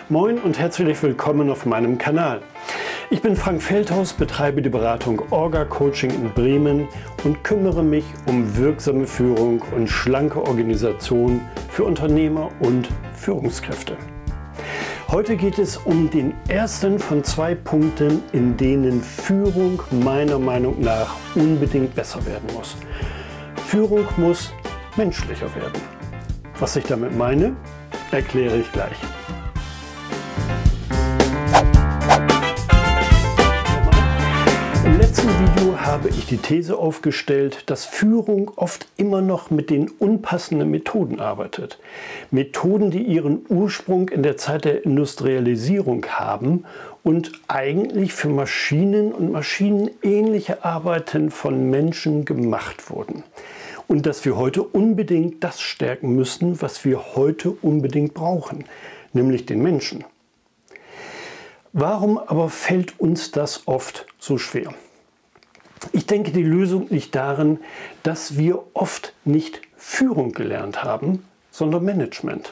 Moin und herzlich willkommen auf meinem Kanal. Ich bin Frank Feldhaus, betreibe die Beratung Orga Coaching in Bremen und kümmere mich um wirksame Führung und schlanke Organisation für Unternehmer und Führungskräfte. Heute geht es um den ersten von 2 Punkten, in denen Führung meiner Meinung nach unbedingt besser werden muss. Führung muss menschlicher werden. Was ich damit meine, erkläre ich gleich. Im letzten Video habe ich die These aufgestellt, dass Führung oft immer noch mit den unpassenden Methoden arbeitet. Methoden, die ihren Ursprung in der Zeit der Industrialisierung haben und eigentlich für Maschinen und maschinenähnliche Arbeiten von Menschen gemacht wurden. Und dass wir heute unbedingt das stärken müssen, was wir heute unbedingt brauchen, nämlich den Menschen. Warum aber fällt uns das oft so schwer? Ich denke, die Lösung liegt darin, dass wir oft nicht Führung gelernt haben, sondern Management.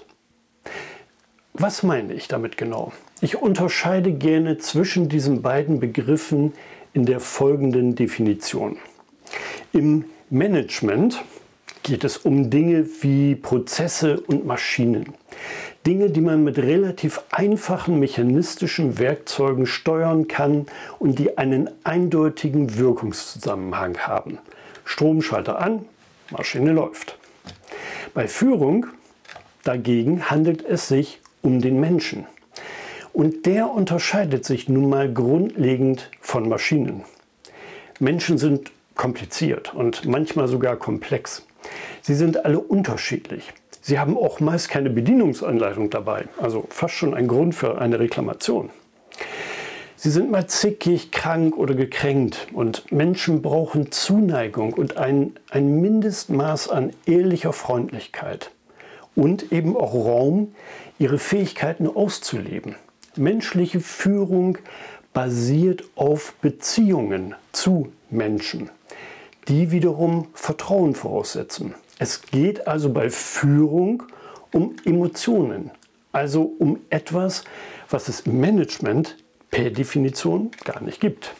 Was meine ich damit genau? Ich unterscheide gerne zwischen diesen beiden Begriffen in der folgenden Definition. Im Management geht es um Dinge wie Prozesse und Maschinen. Dinge, die man mit relativ einfachen mechanistischen Werkzeugen steuern kann und die einen eindeutigen Wirkungszusammenhang haben. Stromschalter an, Maschine läuft. Bei Führung dagegen handelt es sich um den Menschen. Und der unterscheidet sich nun mal grundlegend von Maschinen. Menschen sind kompliziert und manchmal sogar komplex. Sie sind alle unterschiedlich. Sie haben auch meist keine Bedienungsanleitung dabei, also fast schon ein Grund für eine Reklamation. Sie sind mal zickig, krank oder gekränkt und Menschen brauchen Zuneigung und ein Mindestmaß an ehrlicher Freundlichkeit und eben auch Raum, ihre Fähigkeiten auszuleben. Menschliche Führung basiert auf Beziehungen zu Menschen, die wiederum Vertrauen voraussetzen. Es geht also bei Führung um Emotionen, also um etwas, was es im Management per Definition gar nicht gibt.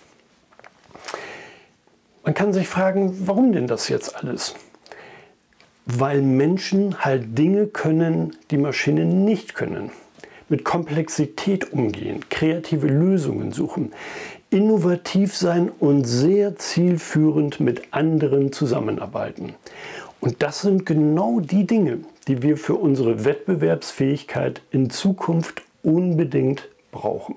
Man kann sich fragen, warum denn das jetzt alles? Weil Menschen halt Dinge können, die Maschinen nicht können. Mit Komplexität umgehen, kreative Lösungen suchen, innovativ sein und sehr zielführend mit anderen zusammenarbeiten. Und das sind genau die Dinge, die wir für unsere Wettbewerbsfähigkeit in Zukunft unbedingt brauchen.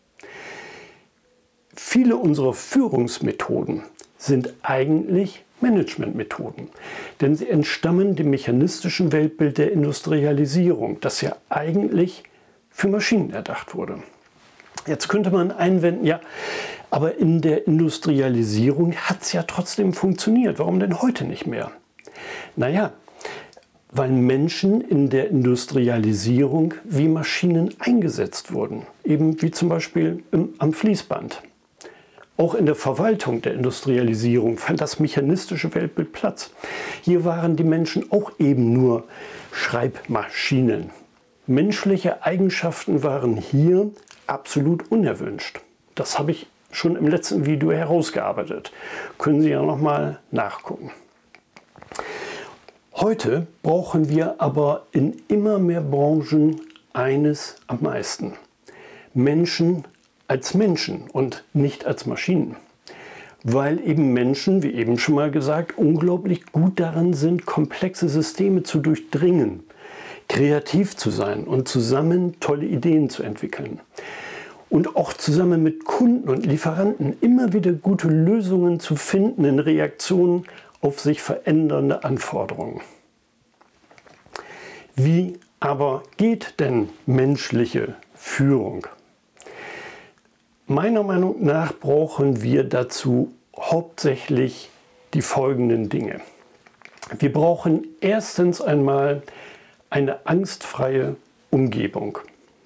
Viele unserer Führungsmethoden sind eigentlich Managementmethoden, denn sie entstammen dem mechanistischen Weltbild der Industrialisierung, das ja eigentlich für Maschinen erdacht wurde. Jetzt könnte man einwenden, ja, aber in der Industrialisierung hat es ja trotzdem funktioniert. Warum denn heute nicht mehr? Naja, weil Menschen in der Industrialisierung wie Maschinen eingesetzt wurden, eben wie zum Beispiel am Fließband. Auch in der Verwaltung der Industrialisierung fand das mechanistische Weltbild Platz. Hier waren die Menschen auch eben nur Schreibmaschinen. Menschliche Eigenschaften waren hier absolut unerwünscht. Das habe ich schon im letzten Video herausgearbeitet. Können Sie ja noch mal nachgucken. Heute brauchen wir aber in immer mehr Branchen eines am meisten: Menschen als Menschen und nicht als Maschinen. Weil eben Menschen, wie eben schon mal gesagt, unglaublich gut darin sind, komplexe Systeme zu durchdringen, kreativ zu sein und zusammen tolle Ideen zu entwickeln. Und auch zusammen mit Kunden und Lieferanten immer wieder gute Lösungen zu finden in Reaktionen auf sich verändernde Anforderungen. Wie aber geht denn menschliche Führung? Meiner Meinung nach brauchen wir dazu hauptsächlich die folgenden Dinge. Wir brauchen erstens einmal eine angstfreie Umgebung.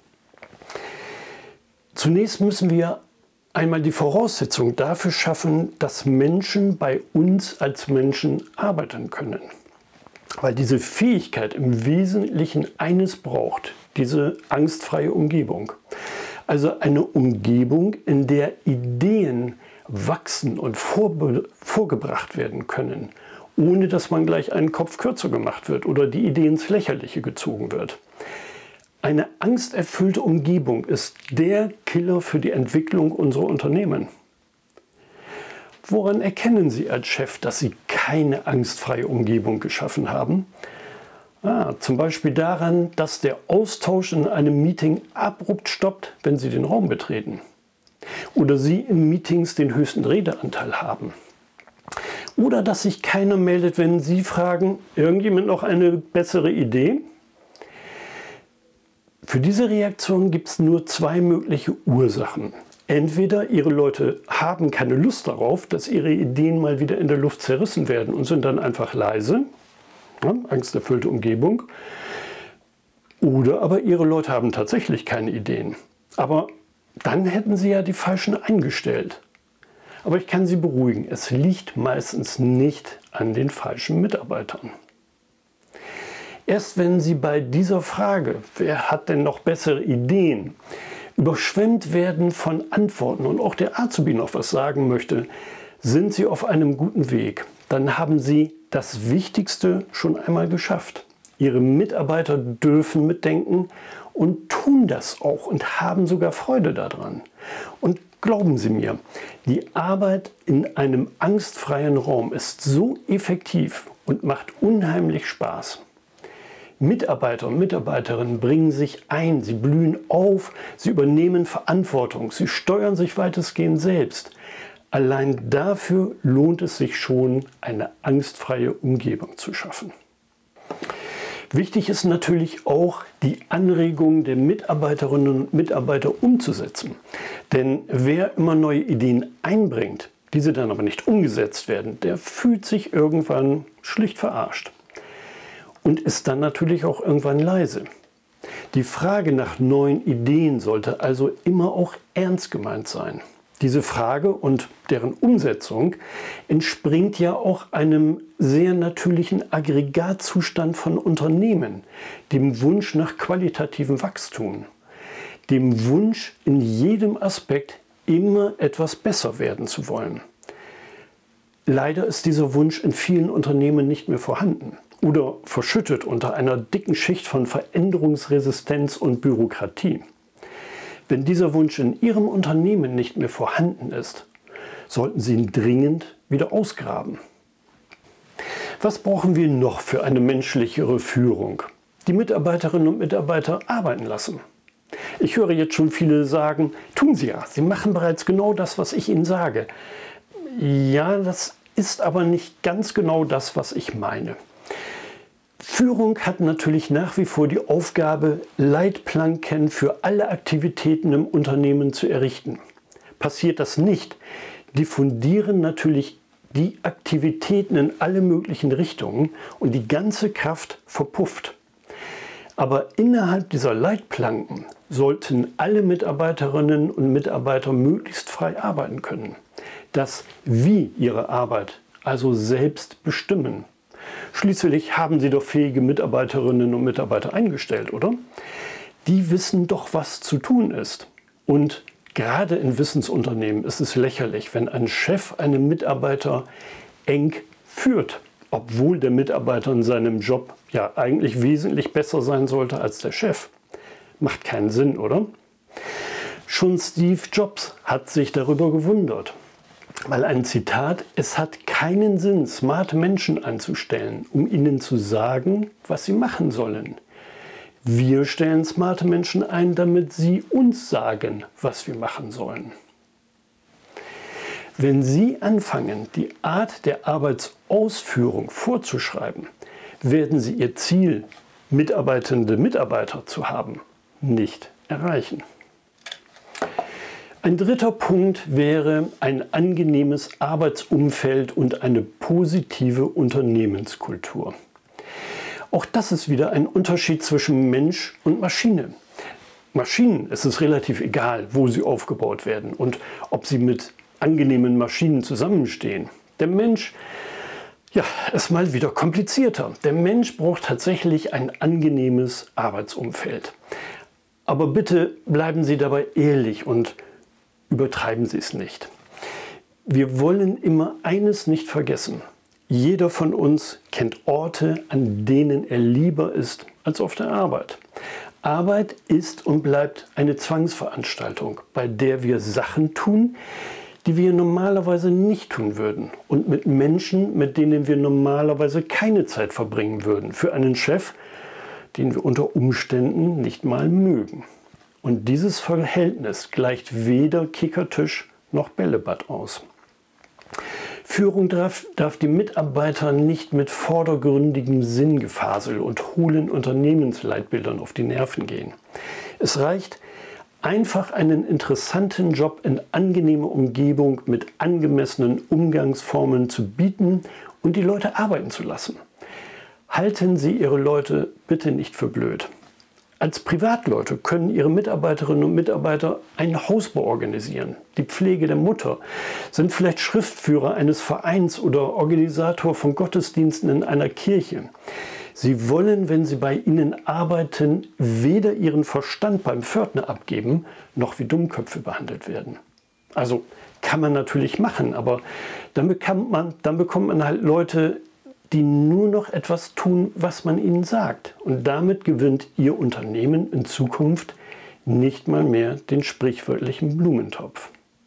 Zunächst müssen wir einmal die Voraussetzung dafür schaffen, dass Menschen bei uns als Menschen arbeiten können. Weil diese Fähigkeit im Wesentlichen eines braucht: diese angstfreie Umgebung. Also eine Umgebung, in der Ideen wachsen und vorgebracht werden können, ohne dass man gleich einen Kopf kürzer gemacht wird oder die Idee ins Lächerliche gezogen wird. Eine angsterfüllte Umgebung ist der Killer für die Entwicklung unserer Unternehmen. Woran erkennen Sie als Chef, dass Sie keine angstfreie Umgebung geschaffen haben? Zum Beispiel daran, dass der Austausch in einem Meeting abrupt stoppt, wenn Sie den Raum betreten. Oder Sie in Meetings den höchsten Redeanteil haben. Oder dass sich keiner meldet, wenn Sie fragen, irgendjemand noch eine bessere Idee? Für diese Reaktion gibt es nur zwei mögliche Ursachen. Entweder Ihre Leute haben keine Lust darauf, dass ihre Ideen mal wieder in der Luft zerrissen werden und sind dann einfach leise, angsterfüllte Umgebung. Oder aber Ihre Leute haben tatsächlich keine Ideen. Aber dann hätten Sie ja die falschen eingestellt. Aber ich kann Sie beruhigen, es liegt meistens nicht an den falschen Mitarbeitern. Erst wenn Sie bei dieser Frage, wer hat denn noch bessere Ideen, überschwemmt werden von Antworten und auch der Azubi noch was sagen möchte, sind Sie auf einem guten Weg. Dann haben Sie das Wichtigste schon einmal geschafft. Ihre Mitarbeiter dürfen mitdenken und tun das auch und haben sogar Freude daran. Und glauben Sie mir, die Arbeit in einem angstfreien Raum ist so effektiv und macht unheimlich Spaß. Mitarbeiter und Mitarbeiterinnen bringen sich ein, sie blühen auf, sie übernehmen Verantwortung, sie steuern sich weitestgehend selbst. Allein dafür lohnt es sich schon, eine angstfreie Umgebung zu schaffen. Wichtig ist natürlich auch, die Anregungen der Mitarbeiterinnen und Mitarbeiter umzusetzen. Denn wer immer neue Ideen einbringt, diese dann aber nicht umgesetzt werden, der fühlt sich irgendwann schlicht verarscht. Und ist dann natürlich auch irgendwann leise. Die Frage nach neuen Ideen sollte also immer auch ernst gemeint sein. Diese Frage und deren Umsetzung entspringt ja auch einem sehr natürlichen Aggregatzustand von Unternehmen, dem Wunsch nach qualitativem Wachstum, dem Wunsch in jedem Aspekt immer etwas besser werden zu wollen. Leider ist dieser Wunsch in vielen Unternehmen nicht mehr vorhanden oder verschüttet unter einer dicken Schicht von Veränderungsresistenz und Bürokratie. Wenn dieser Wunsch in Ihrem Unternehmen nicht mehr vorhanden ist, sollten Sie ihn dringend wieder ausgraben. Was brauchen wir noch für eine menschlichere Führung? Die Mitarbeiterinnen und Mitarbeiter arbeiten lassen. Ich höre jetzt schon viele sagen, tun Sie ja, Sie machen bereits genau das, was ich Ihnen sage. Ja, das ist aber nicht ganz genau das, was ich meine. Führung hat natürlich nach wie vor die Aufgabe, Leitplanken für alle Aktivitäten im Unternehmen zu errichten. Passiert das nicht, diffundieren natürlich die Aktivitäten in alle möglichen Richtungen und die ganze Kraft verpufft. Aber innerhalb dieser Leitplanken sollten alle Mitarbeiterinnen und Mitarbeiter möglichst frei arbeiten können. Das Wie ihre Arbeit also selbst bestimmen. Schließlich haben Sie doch fähige Mitarbeiterinnen und Mitarbeiter eingestellt, oder? Die wissen doch, was zu tun ist. Und gerade in Wissensunternehmen ist es lächerlich, wenn ein Chef einen Mitarbeiter eng führt, obwohl der Mitarbeiter in seinem Job ja eigentlich wesentlich besser sein sollte als der Chef. Macht keinen Sinn, oder? Schon Steve Jobs hat sich darüber gewundert. Weil ein Zitat, es hat keinen Sinn, smarte Menschen einzustellen, um ihnen zu sagen, was sie machen sollen. Wir stellen smarte Menschen ein, damit sie uns sagen, was wir machen sollen. Wenn Sie anfangen, die Art der Arbeitsausführung vorzuschreiben, werden Sie Ihr Ziel, mitarbeitende Mitarbeiter zu haben, nicht erreichen. Ein dritter Punkt wäre ein angenehmes Arbeitsumfeld und eine positive Unternehmenskultur. Auch das ist wieder ein Unterschied zwischen Mensch und Maschine. Maschinen ist es relativ egal, wo sie aufgebaut werden und ob sie mit angenehmen Maschinen zusammenstehen. Der Mensch Ja, es ist mal wieder komplizierter. Der Mensch braucht tatsächlich ein angenehmes Arbeitsumfeld. Aber bitte bleiben Sie dabei ehrlich und übertreiben Sie es nicht. Wir wollen immer eines nicht vergessen. Jeder von uns kennt Orte, an denen er lieber ist als auf der Arbeit. Arbeit ist und bleibt eine Zwangsveranstaltung, bei der wir Sachen tun, die wir normalerweise nicht tun würden und mit Menschen, mit denen wir normalerweise keine Zeit verbringen würden, für einen Chef, den wir unter Umständen nicht mal mögen. Und dieses Verhältnis gleicht weder Kickertisch noch Bällebad aus. Führung darf die Mitarbeiter nicht mit vordergründigem Sinngefasel und hohlen Unternehmensleitbildern auf die Nerven gehen. Es reicht, einfach einen interessanten Job in angenehmer Umgebung mit angemessenen Umgangsformen zu bieten und die Leute arbeiten zu lassen. Halten Sie Ihre Leute bitte nicht für blöd. Als Privatleute können Ihre Mitarbeiterinnen und Mitarbeiter ein Hausbau organisieren, die Pflege der Mutter, sind vielleicht Schriftführer eines Vereins oder Organisator von Gottesdiensten in einer Kirche. Sie wollen, wenn Sie bei Ihnen arbeiten, weder Ihren Verstand beim Pförtner abgeben, noch wie Dummköpfe behandelt werden. Also kann man natürlich machen, aber dann bekommt man halt Leute, die nur noch etwas tun, was man ihnen sagt. Und damit gewinnt Ihr Unternehmen in Zukunft nicht mal mehr den sprichwörtlichen Blumentopf.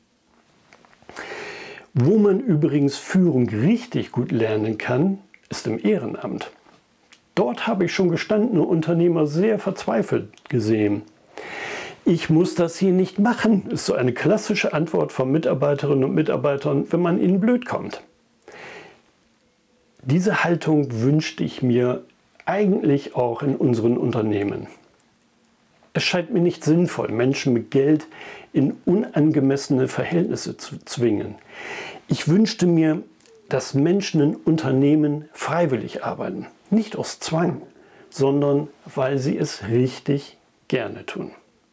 Wo man übrigens Führung richtig gut lernen kann, ist im Ehrenamt. Dort habe ich schon gestandene Unternehmer sehr verzweifelt gesehen. Ich muss das hier nicht machen, ist so eine klassische Antwort von Mitarbeiterinnen und Mitarbeitern, wenn man ihnen blöd kommt. Diese Haltung wünschte ich mir eigentlich auch in unseren Unternehmen. Es scheint mir nicht sinnvoll, Menschen mit Geld in unangemessene Verhältnisse zu zwingen. Ich wünschte mir, dass Menschen in Unternehmen freiwillig arbeiten. Nicht aus Zwang, sondern weil sie es richtig gerne tun.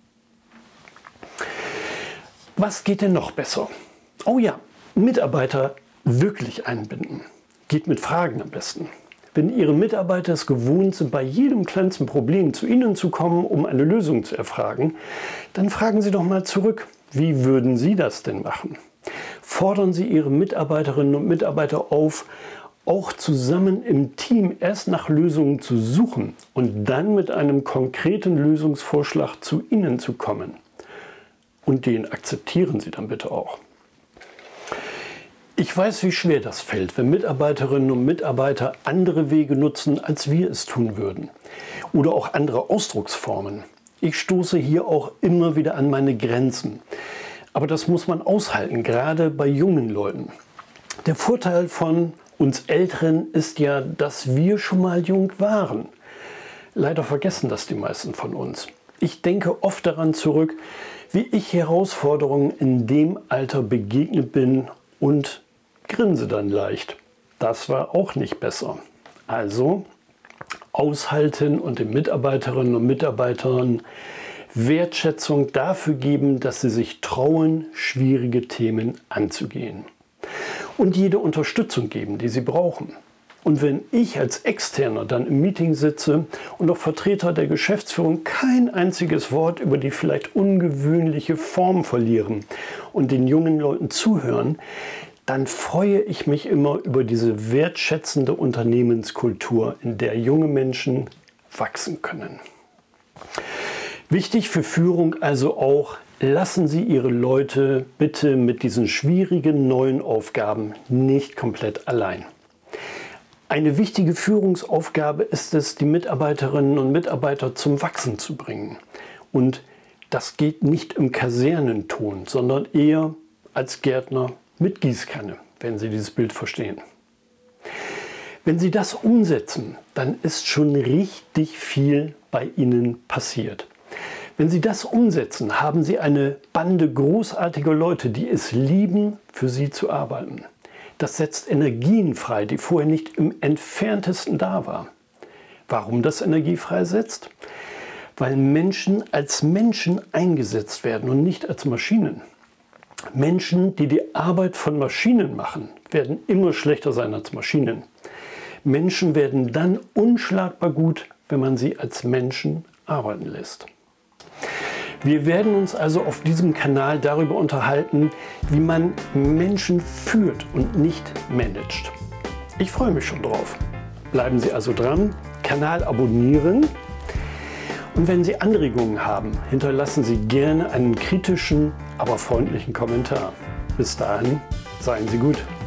Was geht denn noch besser? Oh ja, Mitarbeiter wirklich einbinden. Geht mit Fragen am besten. Wenn Ihre Mitarbeiter es gewohnt sind, bei jedem kleinsten Problem zu Ihnen zu kommen, um eine Lösung zu erfragen, dann fragen Sie doch mal zurück, wie würden Sie das denn machen? Fordern Sie Ihre Mitarbeiterinnen und Mitarbeiter auf, auch zusammen im Team erst nach Lösungen zu suchen und dann mit einem konkreten Lösungsvorschlag zu Ihnen zu kommen. Und den akzeptieren Sie dann bitte auch. Ich weiß, wie schwer das fällt, wenn Mitarbeiterinnen und Mitarbeiter andere Wege nutzen, als wir es tun würden. Oder auch andere Ausdrucksformen. Ich stoße hier auch immer wieder an meine Grenzen. Aber das muss man aushalten, gerade bei jungen Leuten. Der Vorteil von uns Älteren ist ja, dass wir schon mal jung waren. Leider vergessen das die meisten von uns. Ich denke oft daran zurück, wie ich Herausforderungen in dem Alter begegnet bin und grinse dann leicht. Das war auch nicht besser. Also aushalten und den Mitarbeiterinnen und Mitarbeitern Wertschätzung dafür geben, dass sie sich trauen, schwierige Themen anzugehen. Und jede Unterstützung geben, die sie brauchen. Und wenn ich als Externer dann im Meeting sitze und auch Vertreter der Geschäftsführung kein einziges Wort über die vielleicht ungewöhnliche Form verlieren und den jungen Leuten zuhören, dann freue ich mich immer über diese wertschätzende Unternehmenskultur, in der junge Menschen wachsen können. Wichtig für Führung also auch, lassen Sie Ihre Leute bitte mit diesen schwierigen neuen Aufgaben nicht komplett allein. Eine wichtige Führungsaufgabe ist es, die Mitarbeiterinnen und Mitarbeiter zum Wachsen zu bringen. Und das geht nicht im Kasernenton, sondern eher als Gärtner mit Gießkanne, wenn Sie dieses Bild verstehen. Wenn Sie das umsetzen, dann ist schon richtig viel bei Ihnen passiert. Wenn Sie das umsetzen, haben Sie eine Bande großartiger Leute, die es lieben, für Sie zu arbeiten. Das setzt Energien frei, die vorher nicht im entferntesten da waren. Warum das Energie freisetzt? Weil Menschen als Menschen eingesetzt werden und nicht als Maschinen. Menschen, die die Arbeit von Maschinen machen, werden immer schlechter sein als Maschinen. Menschen werden dann unschlagbar gut, wenn man sie als Menschen arbeiten lässt. Wir werden uns also auf diesem Kanal darüber unterhalten, wie man Menschen führt und nicht managt. Ich freue mich schon drauf. Bleiben Sie also dran, Kanal abonnieren. Und wenn Sie Anregungen haben, hinterlassen Sie gerne einen kritischen, aber freundlichen Kommentar. Bis dahin, seien Sie gut.